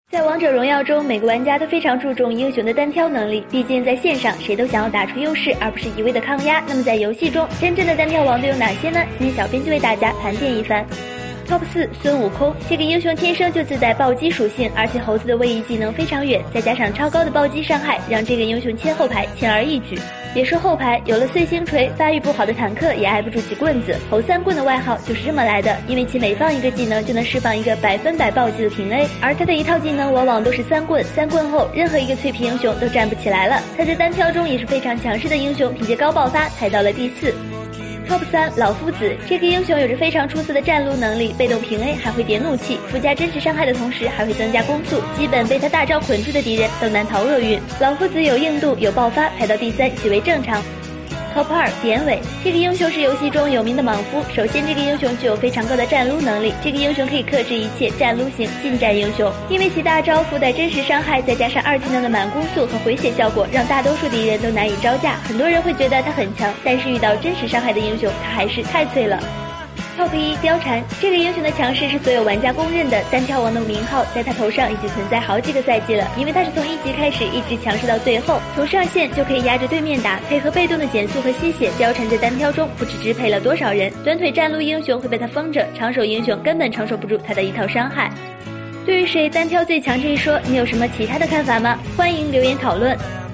在王者荣耀中，每个玩家都非常注重英雄的单挑能力，毕竟在线上谁都想要打出优势，而不是一味的抗压。那么在游戏中，真正的单挑王都有哪些呢？今天小编就为大家盘点一番。Top 4孙悟空，这个英雄天生就自带暴击属性，而且猴子的位移技能非常远，再加上超高的暴击伤害，让这个英雄切后排轻而易举。别说后排，有了碎星锤，发育不好的坦克也挨不住其棍子。猴三棍的外号就是这么来的，因为其每放一个技能就能释放一个100%暴击的平 A， 而他的一套技能往往都是三棍，三棍后任何一个脆皮英雄都站不起来了。他在单挑中也是非常强势的英雄，凭借高爆发排到了第4。Top 3老夫子，这个英雄有着非常出色的战撸能力，被动平 A 还会点怒气，附加真实伤害的同时还会增加攻速，基本被他大招捆住的敌人都难逃厄运。老夫子有硬度有爆发，排到第3极为正常。Top 2典韦，这个英雄是游戏中有名的莽夫。首先，这个英雄具有非常高的战撸能力，这个英雄可以克制一切战撸型近战英雄，因为其大招附带真实伤害，再加上2技能的满攻速和回血效果，让大多数敌人都难以招架。很多人会觉得他很强，但是遇到真实伤害的英雄，他还是太脆了。Top 1貂蝉，这个英雄的强势是所有玩家公认的，单挑王的名号在他头上已经存在好几个赛季了，因为他是从1级开始一直强势到最后，从上线就可以压着对面打，配合被动的减速和吸血，貂蝉在单挑中不知支配了多少人，短腿战撸英雄会被他封着，长手英雄根本承受不住他的一套伤害。对于谁单挑最强这一说，你有什么其他的看法吗？欢迎留言讨论。